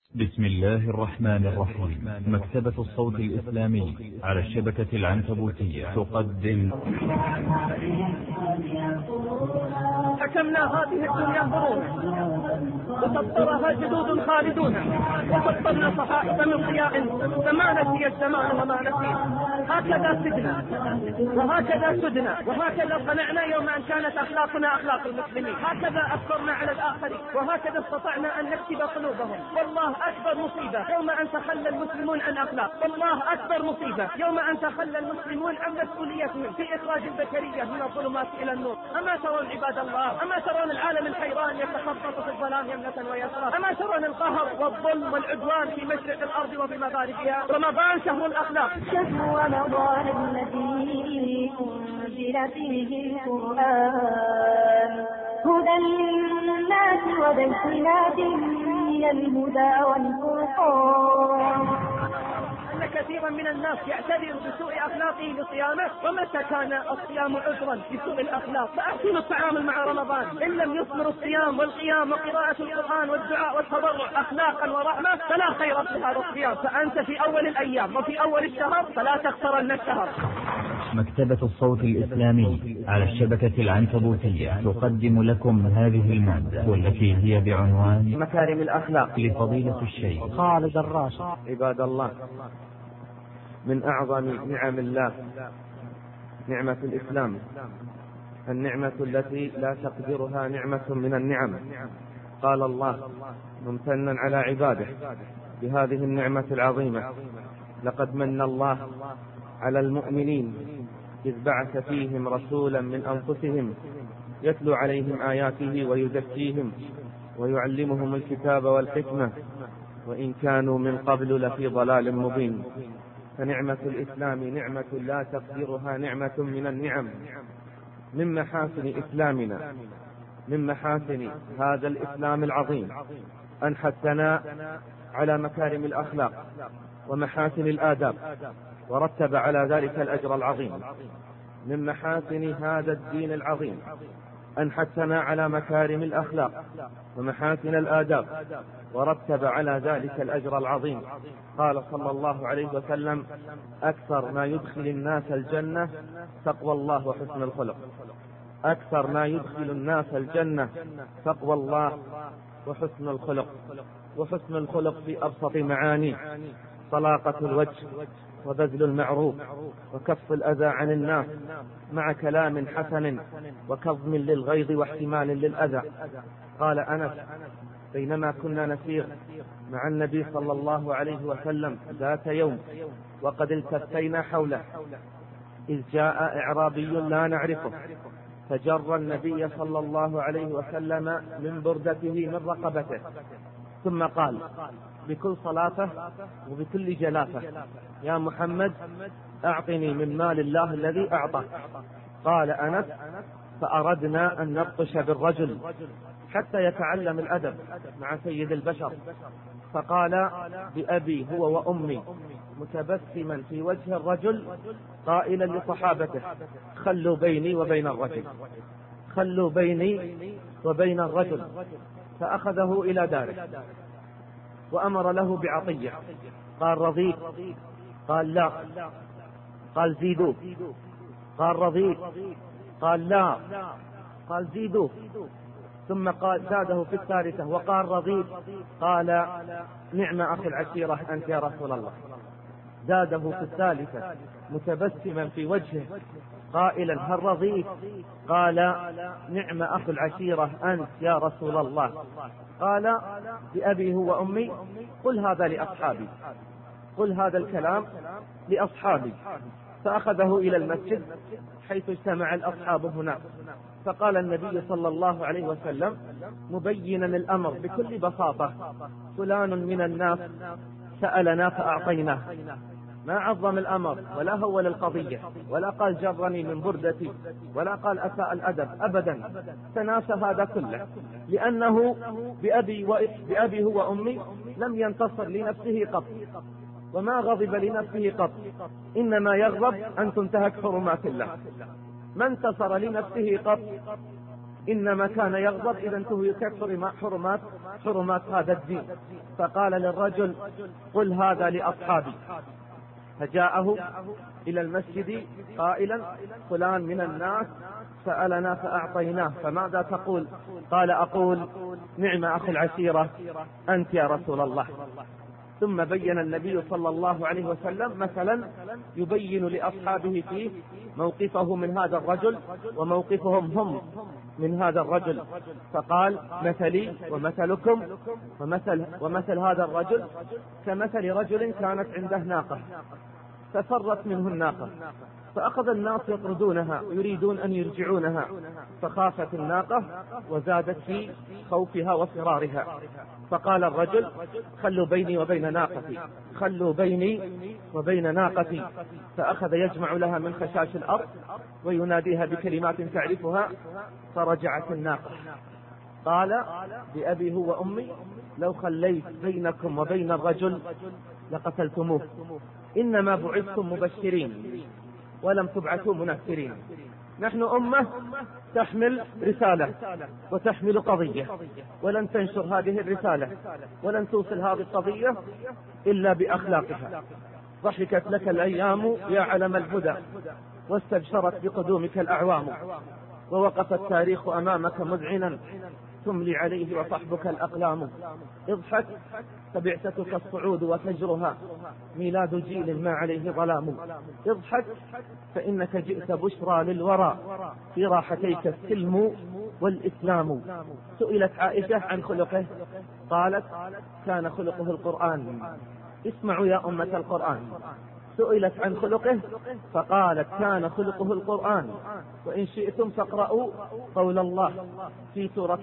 بسم الله الرحمن الرحيم. مكتبة الصوت الإسلامي على الشبكة العنكبوتية تقدم حكمنا هذه الدنيا قرون وسطرها جدود خالدون، وسطرنا صحائف من ضياء فما نسي الزمان وما نسينا. هكذا سدنا وهكذا سدنا وهكذا صنعنا يوم أن كانت أخلاقنا أخلاق المسلمين، هكذا أثرنا على الآخرين وهكذا استطعنا أن نكسب قلوبهم. والله أكبر مصيبة يوم أن تخلى المسلمون عن أخلاق، والله أكبر مصيبة يوم أن تخلى المسلمون عن مسؤوليتهم في إخراج البشرية من الظلمات إلى النور. أما ترون عباد الله، أما ترون العالم الحيران يتخبط في الظلام يمنة ويسرا؟ أما ترون القهر والظلم والعدوان في مشرق الأرض وفي مغاربها؟ رمضان شهر الأخلاق، شهر رمضان الذي أنزل فيه القرآن هدى للناس وبينات من الهدى والفرقان. كثيرا من الناس يعتذر بسوء أخلاقه لصيامه، ومتى كان الصيام عذرا بسوء الأخلاق؟ فأحسن التعامل مع رمضان. إن لم يثمر الصيام والقيام وقراءة القرآن والدعاء والتضرع أخلاقا ورحمة فلا خير في هذا الصيام. فأنت في أول الأيام وفي أول الشهر فلا تخسرن الشهر. مكتبة الصوت الإسلامي على الشبكة العنكبوتية تقدم لكم هذه المادة، والتي هي بعنوان مكارم الأخلاق لفضيلة الشيخ خالد الراشد. عباد الله، من أعظم نعم الله نعمة الإسلام، النعمة التي لا تقدرها نعمة من النعم. قال الله ممتنا على عباده بهذه النعمة العظيمة: لقد من الله على المؤمنين إذ بعث فيهم رسولا من أنفسهم يتلو عليهم آياته ويزكيهم ويعلمهم الكتاب والحكمة وإن كانوا من قبل لفي ضلال مبين. فنعمة الإسلام نعمة لا تقدرها نعمة من النعم. من محاسن إسلامنا، من محاسن هذا الإسلام العظيم أن حثنا على مكارم الأخلاق ومحاسن الآداب، ورتب على ذلك الأجر العظيم. من محاسن هذا الدين العظيم أن حثنا على مكارم الأخلاق ومحاسن الآداب، ورتب على ذلك الأجر العظيم. قال صلى الله عليه وسلم: أكثر ما يدخل الناس الجنة تقوى الله وحسن الخلق. أكثر ما يدخل الناس الجنة تقوى الله وحسن الخلق. وحسن الخلق في أبسط معاني: طلاقة الوجه وبذل المعروف وكف الأذى عن الناس مع كلام حسن وكظم للغيظ واحتمال للأذى. قال أنس: بينما كنا نسير مع النبي صلى الله عليه وسلم ذات يوم وقد التفينا حوله إذ جاء إعرابي لا نعرفه فجر النبي صلى الله عليه وسلم من بردته من رقبته، ثم قال بكل صلاته وبكل جلافه: يا محمد أعطني من مال الله الذي أعطى. قال أنس: فأردنا أن نبطش بالرجل حتى يتعلم الأدب مع سيد البشر، فقال بأبي هو وأمي متبسما في وجه الرجل قائلا لصحابته: خلوا بيني وبين الرجل، خلوا بيني وبين الرجل. فأخذه إلى داره وأمر له بعطية. قال: رضيت؟ قال: لا. قال: زيدوه. قال: رضيت؟ قال: لا. قال: زيدوه. ثم قال زاده في الثالثة وقال: رضيت؟ قال: نعم أخو العشيرة أنت يا رسول الله. زاده في الثالثة متبسما في وجهه قائلا: هل رضيت؟ قال: نعم أخو العشيرة أنت يا رسول الله. قال: بأبي هو وأمي قل هذا لأصحابي، قل هذا الكلام لأصحابي. فأخذه إلى المسجد حيث اجتمع الأصحاب هناك، فقال النبي صلى الله عليه وسلم مبينا الأمر بكل بساطة: فلان من الناس سألنا فأعطيناه. ما عظم الأمر ولا هول القضية ولا قال جرني من بردتي ولا قال أساء الأدب أبدا، تناسى هذا كله، لأنه بأبي هو وأمي لم ينتصر لنفسه قط وما غضب لنفسه قط، إنما يغضب أن تنتهك حرمات الله. ما انتصر لنفسه قط، إنما كان يغضب إذا انتهكت حرمات هذا الدين. فقال للرجل قل هذا لأصحابي. فجاءه إلى المسجد قائلا فلان من الناس سألنا فأعطيناه، فماذا تقول؟ قال أقول نعم أخو العشيرة أنت يا رسول الله. ثم بين النبي صلى الله عليه وسلم مثلا يبين لأصحابه فيه موقفه من هذا الرجل وموقفهم هم من هذا الرجل، فقال مثلي ومثلكم ومثل هذا الرجل كمثل رجل كانت عنده ناقة ففرت منه الناقة، فأخذ الناس يطردونها يريدون أن يرجعونها، فخافت الناقة وزادت في خوفها وفرارها، فقال الرجل خلوا بيني وبين ناقتي، خلوا بيني وبين ناقتي، فأخذ يجمع لها من خشاش الأرض ويناديها بكلمات تعرفها، فرجعت الناقة. قال بأبي هو وأمي لو خليت بينكم وبين الرجل لقتلتموه، إنما بعثتم مبشرين ولم تبعثوا منفرين. نحن أمة تحمل رسالة وتحمل قضية، ولن تنشر هذه الرسالة ولن توصل هذه القضية إلا بأخلاقها. ضحكت لك الأيام يا علم الهدى، واستبشرت بقدومك الأعوام، ووقف التاريخ أمامك مذعنا تملي عليه وصحبك الأقلام. اضحك فبعثتك الصعود وفجرها، ميلاد جيل ما عليه ظلام. اضحك فإنك جئت بشرى للورى، في راحتيك السلم والإسلام. سئلت عائشة عن خلقه قالت كان خلقه القرآن. اسمعوا يا أمة القرآن، سئلت عن خلقه فقالت كان خلقه القرآن. وإن شئتم فاقرأوا قول الله في سورة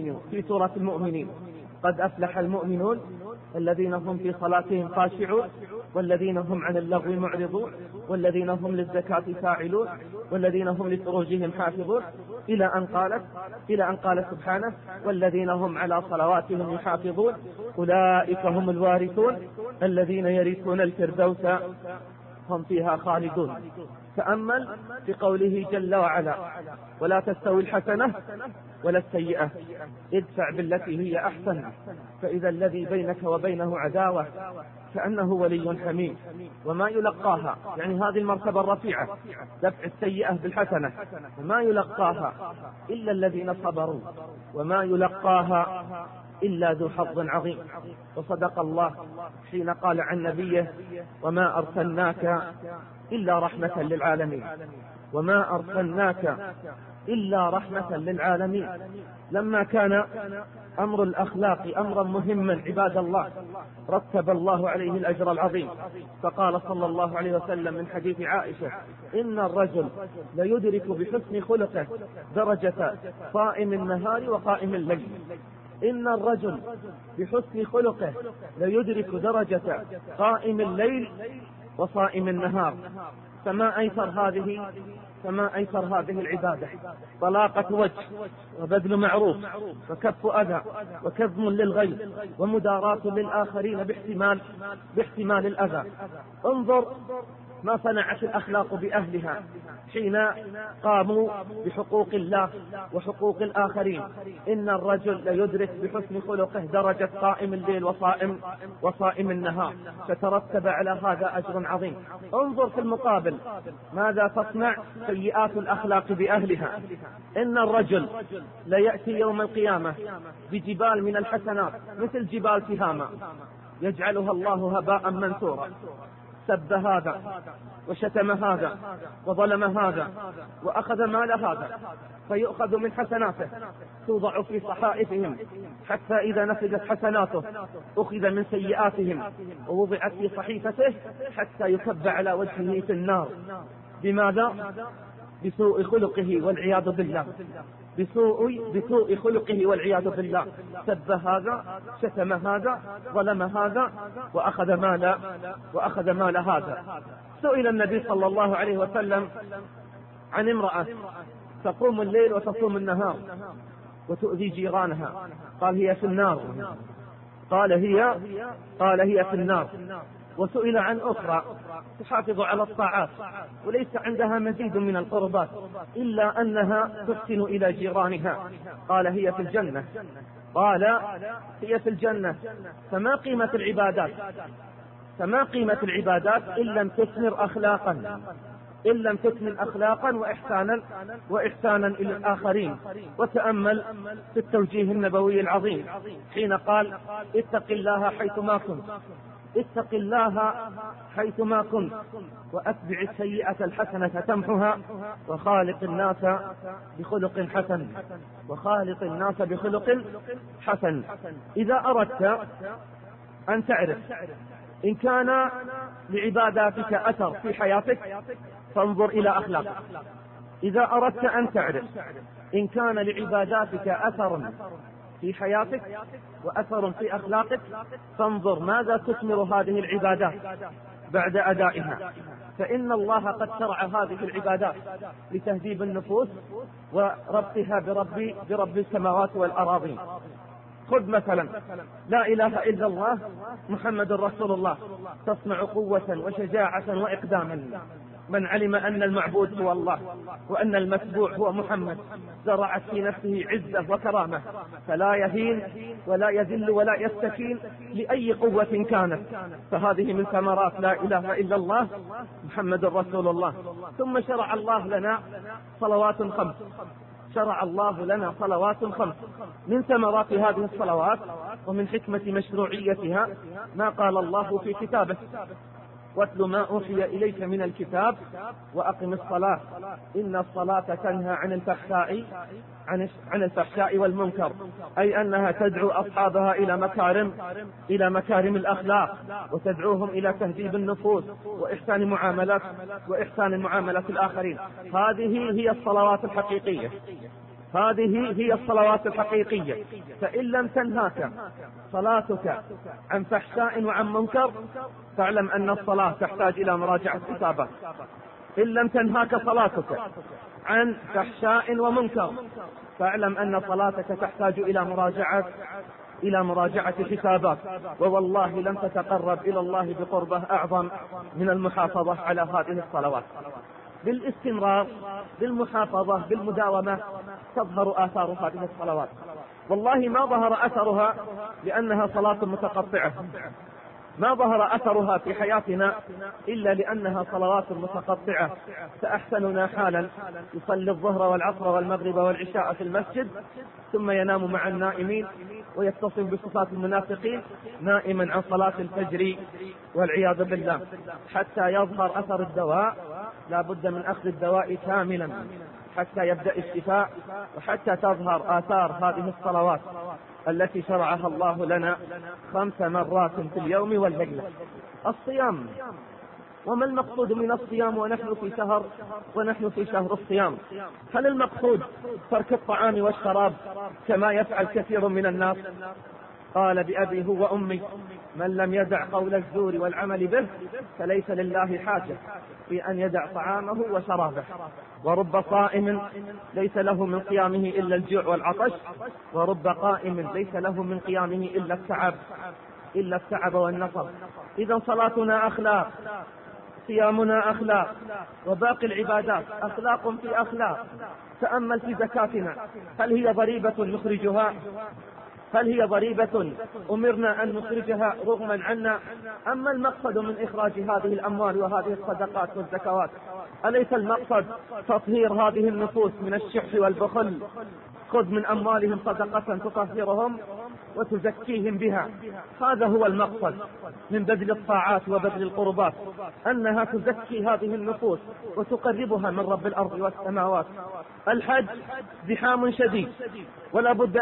المؤمنين قد أفلح المؤمنون الذين هم في صلاتهم خاشعون والذين هم عن اللغو معرضون والذين هم للزكاة فاعلون والذين هم لفروجهم حافظون، إلى أن قالت سبحانه والذين هم على صلواتهم يحافظون أولئك هم الوارثون الذين يرثون الفردوس هم فيها خالدون. تأمل في قوله جل وعلا ولا تستوي الحسنة ولا السيئة ادفع بالتي هي أحسن فإذا الذي بينك وبينه عداوة كأنه ولي حميم. وما يلقاها، يعني هذه المرتبة الرفيعة دفع السيئة بالحسنة، وما يلقاها إلا الذين صبروا وما يلقاها إلا ذو حظ عظيم. وصدق الله حين قال عن نبيه وما أرسلناك إلا رحمة للعالمين، وما أرسلناك إلا رحمة للعالمين. لما كان أمر الأخلاق أمرا مهما عباد الله رتب الله عليه الأجر العظيم، فقال صلى الله عليه وسلم من حديث عائشة إن الرجل ليدرك بحسن خلقه درجة صائم النهار وقائم الليل. إن الرجل بحسن خلقه ليدرك درجة قائم الليل وصائم النهار. فما أيسر هذه العبادة، طلاقة وجه وبذل معروف وكف أذى وكظم للغيظ ومداراة للآخرين باحتمال الأذى. انظر ما صنعت الأخلاق بأهلها حين قاموا بحقوق الله وحقوق الآخرين. إن الرجل ليدرك بحسن خلقه درجة قائم الليل وصائم النهار، فترتب على هذا أجر عظيم. انظر في المقابل ماذا تصنع سيئات الأخلاق بأهلها. إن الرجل ليأتي يوم القيامة بجبال من الحسنات مثل جبال تهامة يجعلها الله هباء منثورا، سب هذا وشتم هذا وظلم هذا وأخذ مال هذا، فيؤخذ من حسناته توضع في صحائفهم حتى إذا نفذت حسناته أخذ من سيئاتهم ووضعت في صحيفته حتى يكب على وجهه في النار. بماذا؟ بسوء خلقه والعياذ بالله، بسوء خلقه والعياذ بالله. سب هذا شتم هذا ظلم هذا وأخذ مال هذا. سئل النبي صلى الله عليه وسلم عن امرأة تقوم الليل وتصوم النهار وتؤذي جيرانها، قال هي في النار. قال هي في النار. وسئل عن أخرى تحافظ على الطاعات وليس عندها مزيد من القربات إلا أنها تحسن إلى جيرانها، قال هي في الجنة. قال هي في الجنة. فما قيمة العبادات؟ فما قيمة العبادات إن لم تثمر أخلاقا، إن لم تثمر أخلاقا وإحسانا إلى الآخرين. وتأمل في التوجيه النبوي العظيم حين قال اتق الله حيثما كنت، اتق الله حيثما كنت وأتبع السيئة الحسنة تمحها وخالق الناس بخلق حسن، وخالق الناس بخلق حسن. إذا أردت أن تعرف إن كان لعباداتك أثر في حياتك فانظر إلى أخلاقك. إذا أردت أن تعرف إن كان لعباداتك أثر في حياتك وأثر في أخلاقك فانظر ماذا تثمر هذه العبادات بعد أدائها. فإن الله قد شرع هذه العبادات لتهذيب النفوس وربطها برب السماوات والأراضين. خذ مثلا لا إله إلا الله محمد رسول الله، تصنع قوة وشجاعة وإقداما. من علم أن المعبود هو الله وأن المتبوع هو محمد زرعت في نفسه عزة وكرامة، فلا يهين ولا يذل ولا يستكين لأي قوة كانت. فهذه من ثمرات لا إله إلا الله محمد رسول الله. ثم شرع الله لنا صلوات 5، شرع الله لنا صلوات 5. من ثمرات هذه الصلوات ومن حكمة مشروعيتها ما قال الله في كتابه واتل ما أوحي إليك من الكتاب وأقم الصلاة إن الصلاة تنهى عن الفحشاء والمنكر، أي أنها تدعو أصحابها إلى مكارم الأخلاق وتدعوهم إلى تهذيب النفوس وإحسان المعاملات الآخرين. هذه هي الصلوات الحقيقية، هذه هي الصلوات الحقيقية. فإن لم تنهاك صلاتك عن فحشاء وعن منكر فاعلم أن الصلاة تحتاج إلى مراجعة حسابات. إن لم تنهاك صلاتك عن فحشاء ومنكر فاعلم أن صلاتك تحتاج إلى مراجعة حسابات. ووالله لن تتقرب إلى الله بقربة أعظم من المحافظة على هذه الصلوات. بالاستمرار بالمحافظة بالمداومة تظهر آثار هذه الصلوات. والله ما ظهر أثرها لأنها صلاة متقطعة، ما ظهر أثرها في حياتنا إلا لأنها صلوات متقطعة. فأحسننا حالا يصلي الظهر والعصر والمغرب والعشاء في المسجد ثم ينام مع النائمين ويتصف بصفات المنافقين نائما عن صلاة الفجر والعياذ بالله. حتى يظهر أثر الدواء لا بد من أخذ الدواء كاملا حتى يبدأ الشفاء وحتى تظهر آثار هذه الصلوات التي شرعها الله لنا 5 مرات في اليوم والليلة. الصيام، وما المقصود من الصيام ونحن في شهر الصيام؟ هل المقصود ترك الطعام والشراب كما يفعل كثير من الناس؟ قال بأبي هو وأمي من لم يدع قول الزور والعمل به فليس لله حاجة في أن يدع طعامه وشرابه. ورب صائم ليس له من قيامه إلا الجوع والعطش، ورب قائم ليس له من قيامه إلا التعب والنصب. إذا صلاتنا أخلاق، صيامنا أخلاق، وباقي العبادات أخلاق في أخلاق. تأمل في زكاتنا، هل هي ضريبة نخرجها؟ هل هي ضريبة أمرنا أن نخرجها رغما عنا؟ أما المقصد من إخراج هذه الأموال وهذه الصدقات والزكوات أليس المقصد تطهير هذه النفوس من الشح والبخل؟ خذ من أموالهم صدقة تطهرهم وتزكيهم بها. هذا هو المقصد من بذل الطاعات وبذل القربات، أنها تزكي هذه النفوس وتقربها من رب الأرض والسماوات. الحج زحام شديد ولا بد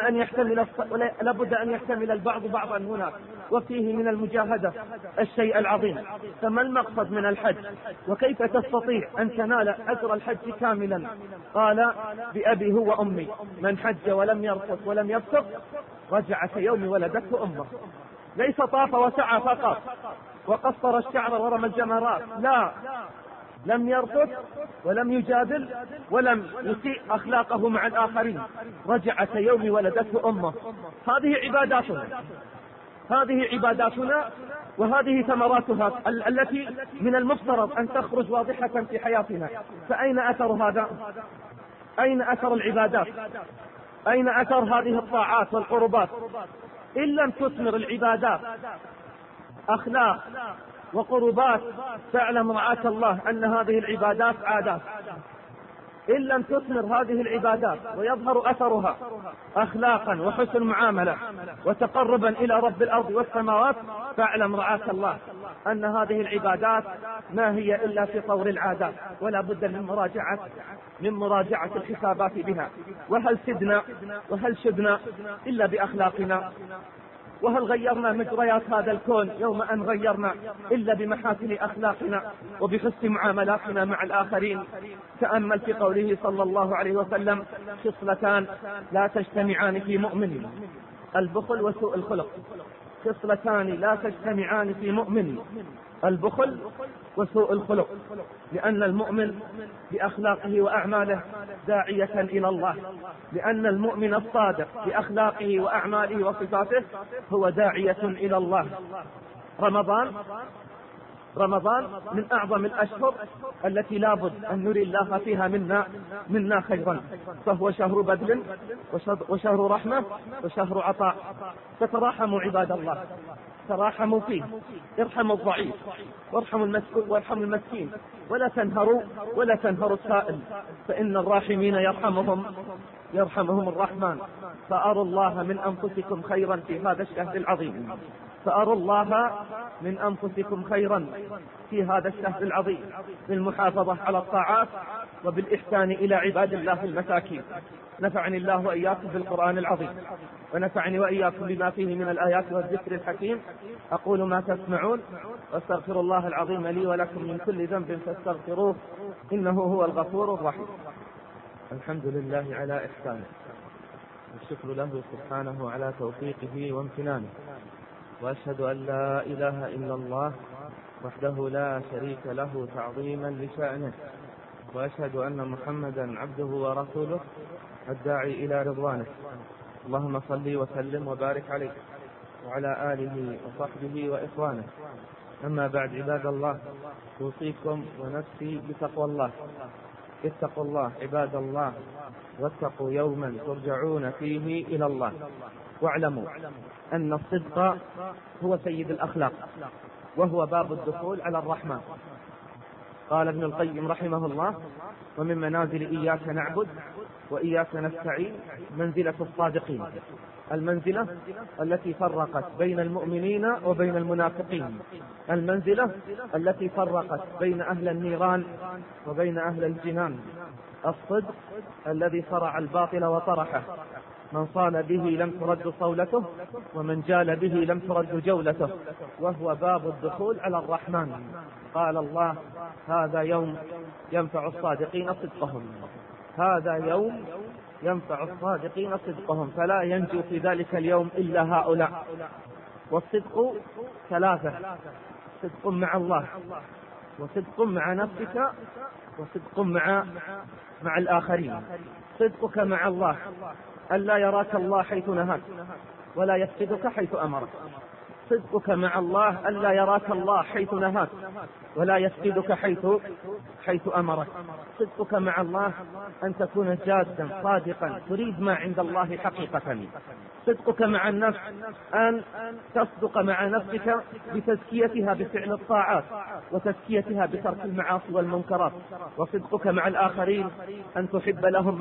أن يحتمل البعض بعضا هناك، وفيه من المجاهدة الشيء العظيم. فما المقصد من الحج وكيف تستطيع أن تنال أجر الحج كاملا؟ قال بأبي هو وأمي من حج ولم يرفث ولم يفسق رجع كيوم ولدته أمه. ليس طاف وسعى فقط وقصر الشعر ورمى الجمرات، لا، لم يرفث ولم يجادل ولم يسيء أخلاقه مع الآخرين، رجع كيوم ولدته أمه. هذه عباداتنا وهذه ثمراتها التي من المفترض أن تخرج واضحة في حياتنا. فأين أثر هذا؟ أين أثر العبادات؟ أين أثر هذه الطاعات والقربات؟ إن لم تثمر العبادات أخلاق وقربات فاعلم رعاك الله أن هذه العبادات عادات. إن لم تثمر هذه العبادات ويظهر أثرها أخلاقا وحسن معاملة وتقربا إلى رب الأرض والسماوات فاعلم رعاك الله أن هذه العبادات ما هي إلا في طور العادات، ولا بد من مراجعة الحسابات بها. وهل سدنا إلا بأخلاقنا؟ وهل غيرنا مجريات هذا الكون يوم أن غيرنا إلا بمحاسن أخلاقنا وبحسن معاملاتنا مع الآخرين؟ تأمل في قوله صلى الله عليه وسلم: خصلتان لا تجتمعان في مؤمن، البخل وسوء الخلق. خصلتان لا تجتمعان في مؤمن، البخل وسوء الخلق. لأن المؤمن بأخلاقه وأعماله داعية إلى الله، لأن المؤمن الصادق بأخلاقه وأعماله وصفاته هو داعية إلى الله. رمضان من أعظم الأشهر التي لابد أن نري الله فيها منا خيرا، فهو شهر بذل وشهر رحمة وشهر عطاء. فتراحموا عباد الله، تراحموا فيه، ارحموا الضعيف وارحموا المسكين، ولا تنهروا السائل، فإن الراحمين يرحمهم الرحمن. فأروا الله من أنفسكم خيرا في هذا الشهر العظيم، فأروا الله من أنفسكم خيرا في هذا الشهر العظيم بالمحافظة على الطاعات وبالإحسان إلى عباد الله المساكين. نفعني الله وإياكم بالقرآن العظيم، ونفعني وإياكم بما فيه من الآيات والذكر الحكيم. أقول ما تسمعون، واستغفر الله العظيم لي ولكم من كل ذنب فاستغفروه إنه هو الغفور الرحيم. الحمد لله على إحسانه، والشكر له سبحانه على توفيقه وامتنانه، وأشهد أن لا إله إلا الله وحده لا شريك له تعظيما لشأنه، وأشهد أن محمدا عبده ورسوله الداعي إلى رضوانه. اللهم صل وسلم وبارك عليه وعلى آله وصحبه وإخوانه. أما بعد، عباد الله، أوصيكم ونفسي بتقوى الله. اتقوا الله عباد الله، واتقوا يوما ترجعون فيه إلى الله، واعلموا أن الصدق هو سيد الأخلاق، وهو باب الدخول على الرحمن. قال ابن القيم رحمه الله: ومن منازل إياك نعبد وإياك نستعين منزلة الصادقين، المنزلة التي فرقت بين المؤمنين وبين المنافقين، المنزلة التي فرقت بين أهل النيران وبين أهل الجنان، الصدق الذي صرع الباطل وطرحه. من صال به لم ترد صولته، ومن جال به لم ترد جولته، وهو باب الدخول على الرحمن. قال الله: هذا يوم ينفع الصادقين صدقهم، هذا يوم ينفع الصادقين صدقهم، فلا ينجو في ذلك اليوم إلا هؤلاء. والصدق ثلاثة: صدق مع الله، وصدق مع نفسك، وصدق مع الآخرين. صدقك مع الله ألا يراك الله حيث نهاك ولا يفسدك حيث أمرك. صدقك مع الله ألا يراك الله حيث نهاك ولا يفسدك حيث أمرك. صدقك مع الله أن تكون جادا صادقا تريد ما عند الله حقيقة. صدقك مع النفس أن تصدق مع نفسك بتزكيتها بفعل الطاعات وتزكيتها بترك المعاصي والمنكرات. وصدقك مع الآخرين أن تحب لهم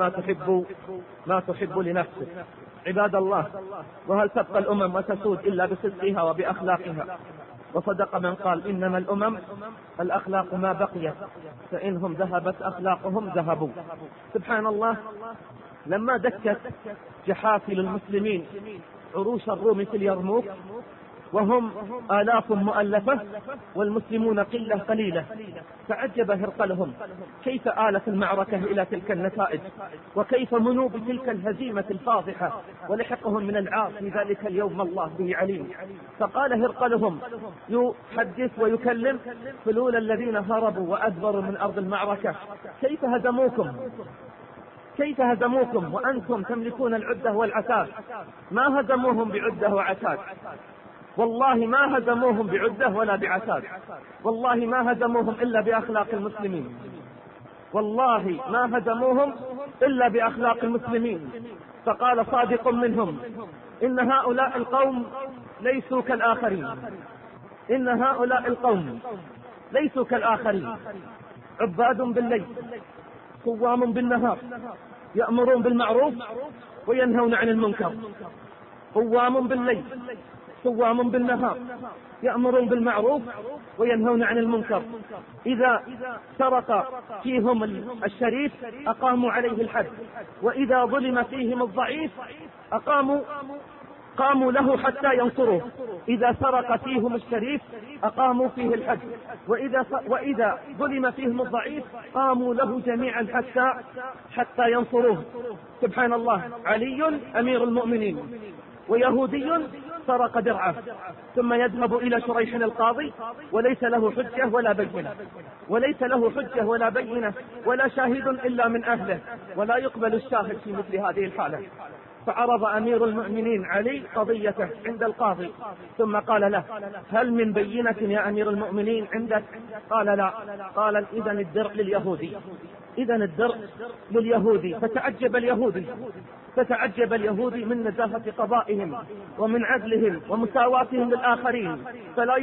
ما تحب لنفسك. عباد الله، وهل تبقى الأمم وتسود إلا بصدقها وبأخلاقها؟ وصدق من قال: إنما الأمم الأخلاق ما بقيت، فإنهم ذهبت أخلاقهم ذهبوا. سبحان الله، لما دكت جحافل المسلمين عروش الروم في اليرموك وهم آلاف مؤلفة والمسلمون قلة قليلة، تعجب هرقلهم كيف آلت المعركة إلى تلك النتائج، وكيف منوا بتلك الهزيمة الفاضحة، ولحقهم من العار في ذلك اليوم الله به عليم. فقال هرقلهم يحدث ويكلم فلول الذين هربوا وأدبروا من أرض المعركة: كيف هزموكم وأنتم تملكون العدة والعتاد؟ ما هزموهم بعدة وعتاد، والله ما هزموهم بعدة ولا بعتاد، والله ما هزموهم إلا بأخلاق المسلمين، والله ما هزموهم إلا بأخلاق المسلمين. فقال صادق منهم: إن هؤلاء القوم ليسوا كالآخرين، إن هؤلاء القوم ليسوا كالآخرين، عباد بالليل صوام بالنهار، يأمرون بالمعروف وينهون عن المنكر، قوام بالليل صوام بالنهار، يأمرون بالمعروف وينهون عن المنكر. إذا سرق فيهم الشريف أقاموا عليه الحد، وإذا ظلم فيهم الضعيف قاموا له حتى ينصروه. إذا سرق فيهم الشريف أقاموا فيه الحد، وإذا ظلم فيهم الضعيف قاموا له جميعا حتى ينصروه. سبحان الله، علي أمير المؤمنين ويهودي سرق درعه، ثم يذهب إلى شريح القاضي وليس له حجة ولا بينة، وليس له حجة ولا بينة ولا شاهد إلا من أهله، ولا يقبل الشاهد في مثل هذه الحالة. فعرض أمير المؤمنين علي قضيته عند القاضي، ثم قال له: هل من بينة يا أمير المؤمنين عندك؟ قال: لا. قال: إذن الدرع لليهودي، إذن الدرع لليهودي. فتعجب اليهودي من نزاهة قضائهم ومن عدلهم ومساواتهم للآخرين، فلا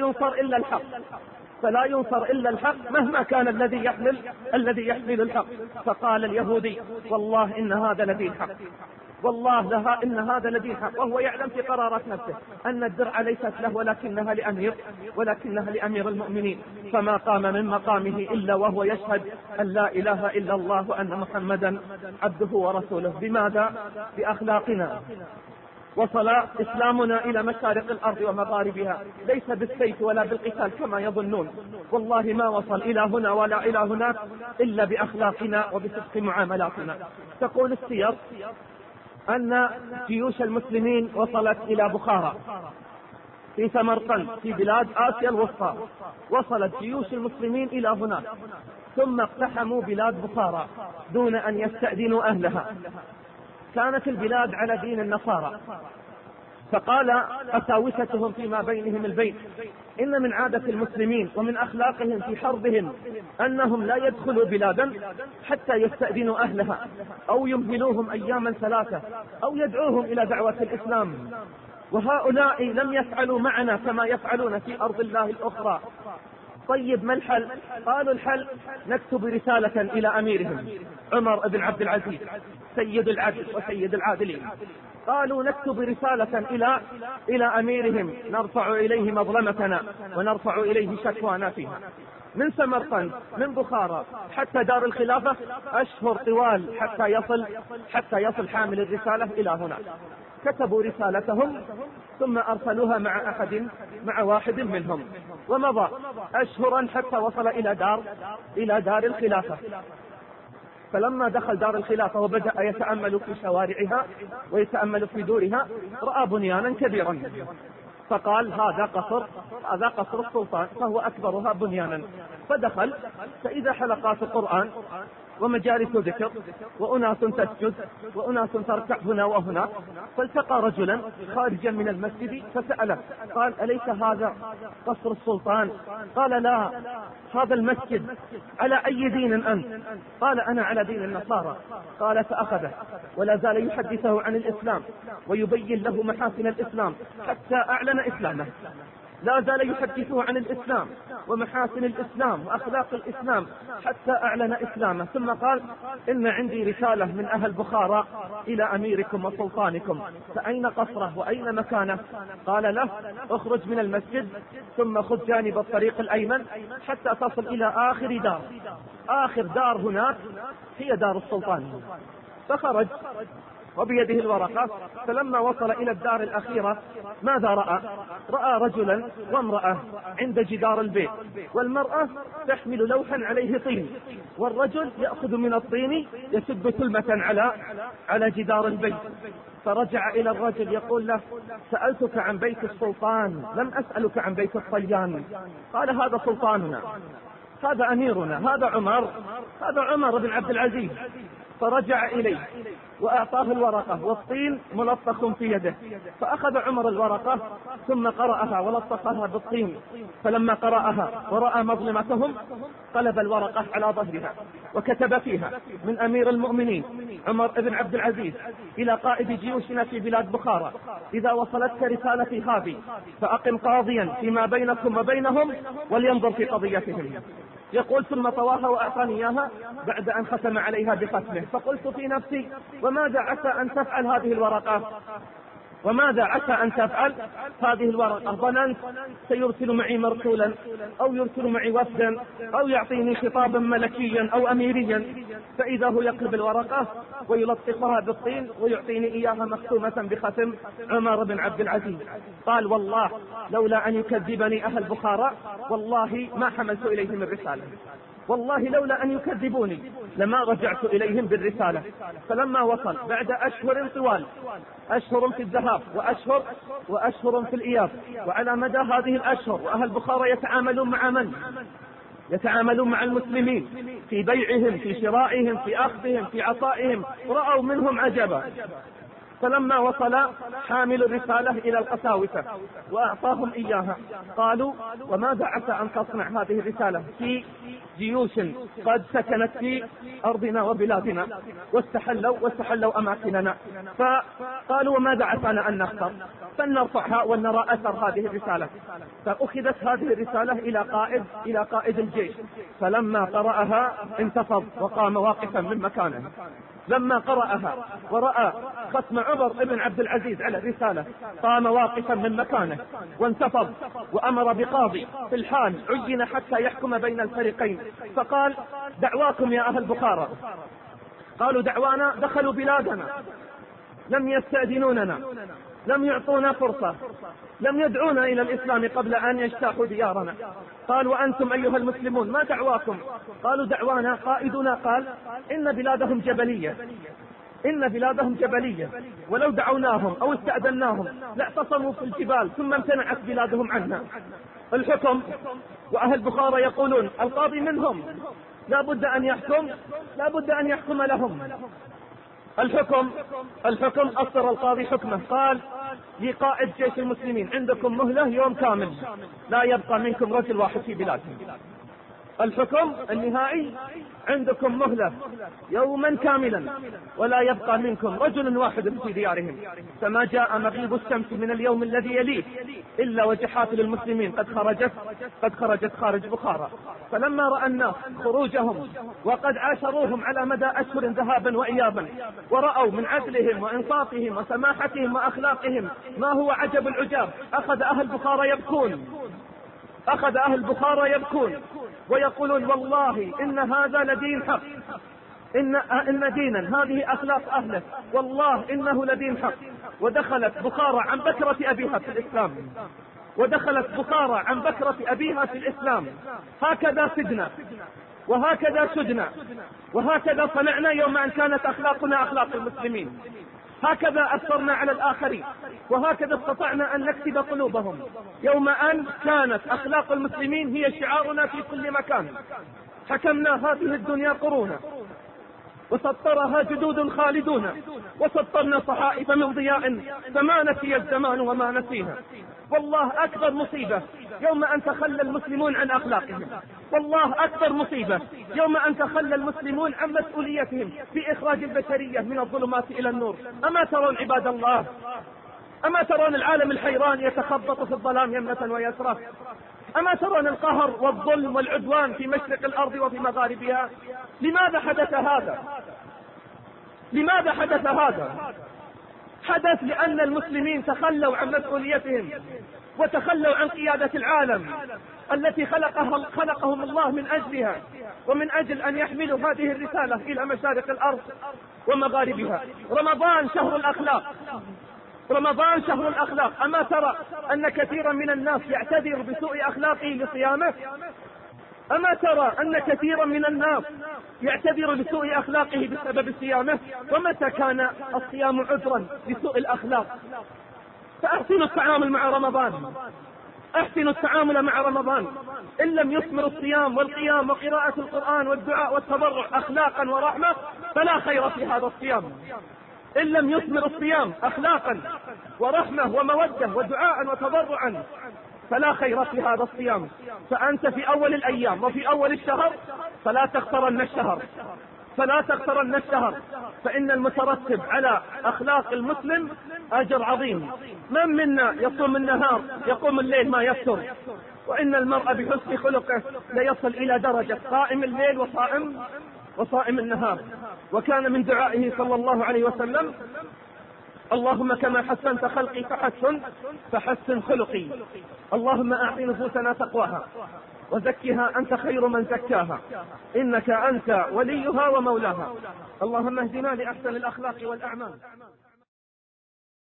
ينصر إلا الحق مهما كان الذي يحمل الحق. فقال اليهودي: والله إن هذا لدين حق، والله إن هذا لدين حق، وهو يعلم في قرارات نفسه أن الدرع ليست له ولكنها لأمير المؤمنين. فما قام من مقامه إلا وهو يشهد أن لا إله إلا الله وأن محمدا عبده ورسوله. بماذا؟ بأخلاقنا. وصل إسلامنا إلى مشارق الأرض ومغاربها، ليس بالسيف ولا بالقتال كما يظنون، والله ما وصل إلى هنا ولا إلى هناك إلا بأخلاقنا وبصدق معاملاتنا. تقول السير أن جيوش المسلمين وصلت إلى بخارى في سمرقند في بلاد آسيا الوسطى، وصلت جيوش المسلمين إلى هناك، ثم اقتحموا بلاد بخارى دون أن يستأذنوا أهلها. كانت البلاد على دين النصارى، فقال أساوستهم فيما بينهم البيت: إن من عادة المسلمين ومن أخلاقهم في حربهم أنهم لا يدخلوا بلادا حتى يستأذنوا أهلها، أو يمهلوهم أياما 3، أو يدعوهم إلى دعوة الإسلام. وهؤلاء لم يفعلوا معنا كما يفعلون في أرض الله الأخرى. طيب ما الحل؟ قالوا: الحل نكتب رسالة إلى أميرهم عمر بن عبد العزيز سيد العدل وسيد العادلين. قالوا: نكتب رسالة إلى أميرهم نرفع إليه مظلمتنا ونرفع إليه شكوانا فيها. من سمرقند من بخارى حتى دار الخلافة أشهر طوال حتى يصل حامل الرسالة إلى هنا. كتبوا رسالتهم ثم أرسلوها مع واحد منهم، ومضى أشهرا حتى وصل إلى دار الخلافة. فلما دخل دار الخلافة وبدأ يتأمل في شوارعها ويتأمل في دورها، رأى بنيانا كبيرا، فقال: هذا قصر السلطان، فهو أكبرها بنيانا. فدخل فإذا حلقات قرآن ومجالس ذكر وأناس تسجد وأناس تركع هنا وهناك. فالتقى رجلا خارجا من المسجد فسأله، قال: أليس هذا قصر السلطان؟ قال: لا، هذا المسجد. على أي دين أنت؟ قال: أنا على دين النصارى. قال: فأخذه ولا زال يحدثه عن الإسلام ويبين له محاسن الإسلام حتى أعلن إسلامه. لا زال يحدثه عن الإسلام ومحاسن الإسلام وأخلاق الإسلام حتى أعلن إسلامه. ثم قال: إن عندي رسالة من أهل بخارى إلى أميركم وسلطانكم، فأين قصره وأين مكانه؟ قال له: اخرج من المسجد ثم خذ جانب الطريق الأيمن حتى تصل إلى آخر دار هناك هي دار السلطان. فخرج وبيده الورقة، فلما وصل إلى الدار الأخيرة ماذا رأى رجلا وامرأة عند جدار البيت، والمرأة تحمل لوحا عليه طين، والرجل يأخذ من الطين يسد سلمة على جدار البيت. فرجع إلى الرجل يقول له: سألتك عن بيت السلطان، لم أسألك عن بيت الطيان. قال: هذا سلطاننا، هذا أميرنا، هذا عمر بن عبد العزيز. فرجع إليه وأعطاه الورقة والطين ملطخ في يده، فأخذ عمر الورقة ثم قرأها ولطخها بالطين، فلما قرأها ورأى مظلمتهم قلب الورقة على ظهرها وكتب فيها: من أمير المؤمنين عمر بن عبد العزيز إلى قائد جيوشنا في بلاد بخارى: إذا وصلتك رسالتي هذه فأقم قاضيا فيما بينكم وبينهم ولينظر في قضيتهم. يقول: ثم طواها وأعطاني إياها بعد أن ختم عليها بختمه، فقلت في نفسي: وماذا عسى أن تفعل هذه الورقة؟ وماذا عسى أن تفعل هذه الورقة؟ ظننت سيرسل معي مرسولا أو يرسل معي وفدا أو يعطيني خطابا ملكيا أو أميريا، فإذا هو يقلب الورقة ويلطخها بالطين ويعطيني إياها مختومة بختم عمر بن عبد العزيز. قال: والله لولا أن يكذبني أهل بخارى والله ما حملت إليهم الرسالة، والله لولا أن يكذبوني لما رجعت إليهم بالرسالة. فلما وصل بعد أشهر طوال، أشهر في الذهاب وأشهر في الإياب، وعلى مدى هذه الأشهر وأهل بخارى يتعاملون مع من؟ يتعاملون مع المسلمين في بيعهم، في شرائهم، في أخذهم، في عطائهم، رأوا منهم عجبا. فلما وصل حامل الرسالة إلى القساوسة وأعطاهم إياها قالوا: وماذا عسى أن تصنع هذه الرسالة في جيوش قد سكنت في أرضنا وبلادنا واستحلوا أماكننا؟ فقالوا: وماذا عسانا أن نختار؟ فلنرفعها ونرى أثر هذه الرسالة. فأخذت هذه الرسالة إلى قائد الجيش، فلما قرأها انتفض وقام واقفا من مكانه. لما قرأها ورأى ختم عمر بن عبد العزيز على الرسالة قام واقفا من مكانه وانتفض وأمر بقاضي في الحال عين حتى يحكم بين الفريقين، فقال: دعواكم يا أهل بخارى. قالوا: دعوانا دخلوا بلادنا، لم يستأذنوننا، لم يعطونا فرصة، لم يدعونا إلى الإسلام قبل أن يجتاحوا ديارنا. قال: وأنتم أيها المسلمون ما دعواكم؟ قالوا: دعوانا قائدنا قال: إن بلادهم جبلية، ولو دعوناهم أو استأذناهم لاعتصموا في الجبال ثم امتنعت بلادهم عنا. الحكم وأهل بخارى يقولون: القاضي منهم، لا بد أن يحكم لهم. الحكم أصدر القاضي حكمه، قال لقائد جيش المسلمين: عندكم مهلة يوم كامل، لا يبقى منكم رجل واحد في بلادهم. الحكم النهائي: عندكم مهلة يوما كاملا ولا يبقى منكم رجل واحد في ديارهم. فما جاء مغيب الشمس من اليوم الذي يليه إلا وجحات للمسلمين قد خرجت خارج بخارى. فلما رأى الناس خروجهم وقد عاشروهم على مدى أشهر ذهابا وإيابا، ورأوا من عدلهم وإنصافهم وسماحتهم وأخلاقهم ما هو عجب العجاب، أخذ أهل بخارى يبكون ويقولون: والله إن هذا لدين حق، إن دينا هذه أخلاق أهله، والله إنه لدين حق. ودخلت بخارى عن بكرة أبيها في الإسلام. هكذا سدنا وهكذا سدنا وهكذا صنعنا يوم أن كانت أخلاقنا أخلاق المسلمين، هكذا أثرنا على الآخرين، وهكذا استطعنا أن نكسب قلوبهم يوم أن كانت أخلاق المسلمين هي شعارنا في كل مكان. حكمنا هذه الدنيا قرونا وسطرها جدود خالدون، وسطرنا صحائف من ضياء فما نسي الزمان وما نسينا. والله أكبر مصيبة يوم أن تخلى المسلمون عن أخلاقهم، والله أكبر مصيبة يوم أن تخلى المسلمون عن مسؤوليتهم في إخراج البشرية من الظلمات إلى النور. أما ترون عباد الله، أما ترون العالم الحيران يتخبط في الظلام يمنة ويسرى؟ أما ترون القهر والظلم والعدوان في مشرق الأرض وفي مغاربها؟ لماذا حدث هذا؟ حدث لأن المسلمين تخلوا عن مسؤوليتهم وتخلوا عن قيادة العالم التي خلقهم الله من أجلها، ومن أجل أن يحملوا هذه الرسالة إلى مشارق الأرض ومغاربها. رمضان شهر الأخلاق. أما ترى أن كثيرا من الناس يعتذر بسوء أخلاقه لصيامه؟ أما ترى أن كثيرا من الناس يعتذر بسوء أخلاقه بسبب صيامه؟ ومتى كان الصيام عذرا لسوء الأخلاق؟ فأحسنوا التعامل مع رمضان، أحسنوا التعامل مع رمضان. إن لم يثمر الصيام والقيام وقراءة القرآن والدعاء والتضرع أخلاقا ورحمة فلا خير في هذا الصيام. إن لم يثمر الصيام أخلاقا ورحمة ومودة ودعاء وتضرعا فلا خير في هذا الصيام. فأنت في أول الأيام وفي أول الشهر فلا تخترن الشهر، فإن المترتب على أخلاق المسلم أجر عظيم. من منا يصوم النهار يقوم الليل ما يفتر، وإن المرء بحسن خلقه ليصل إلى درجة قائم الليل وصائم النهار. وكان من دعائه صلى الله عليه وسلم: اللهم كما حسنت خلقي فحسن خلقي. اللهم أعط نفوسنا تقواها وزكها أنت خير من زكاها إنك أنت وليها ومولاها. اللهم اهدنا لأحسن الأخلاق والأعمال.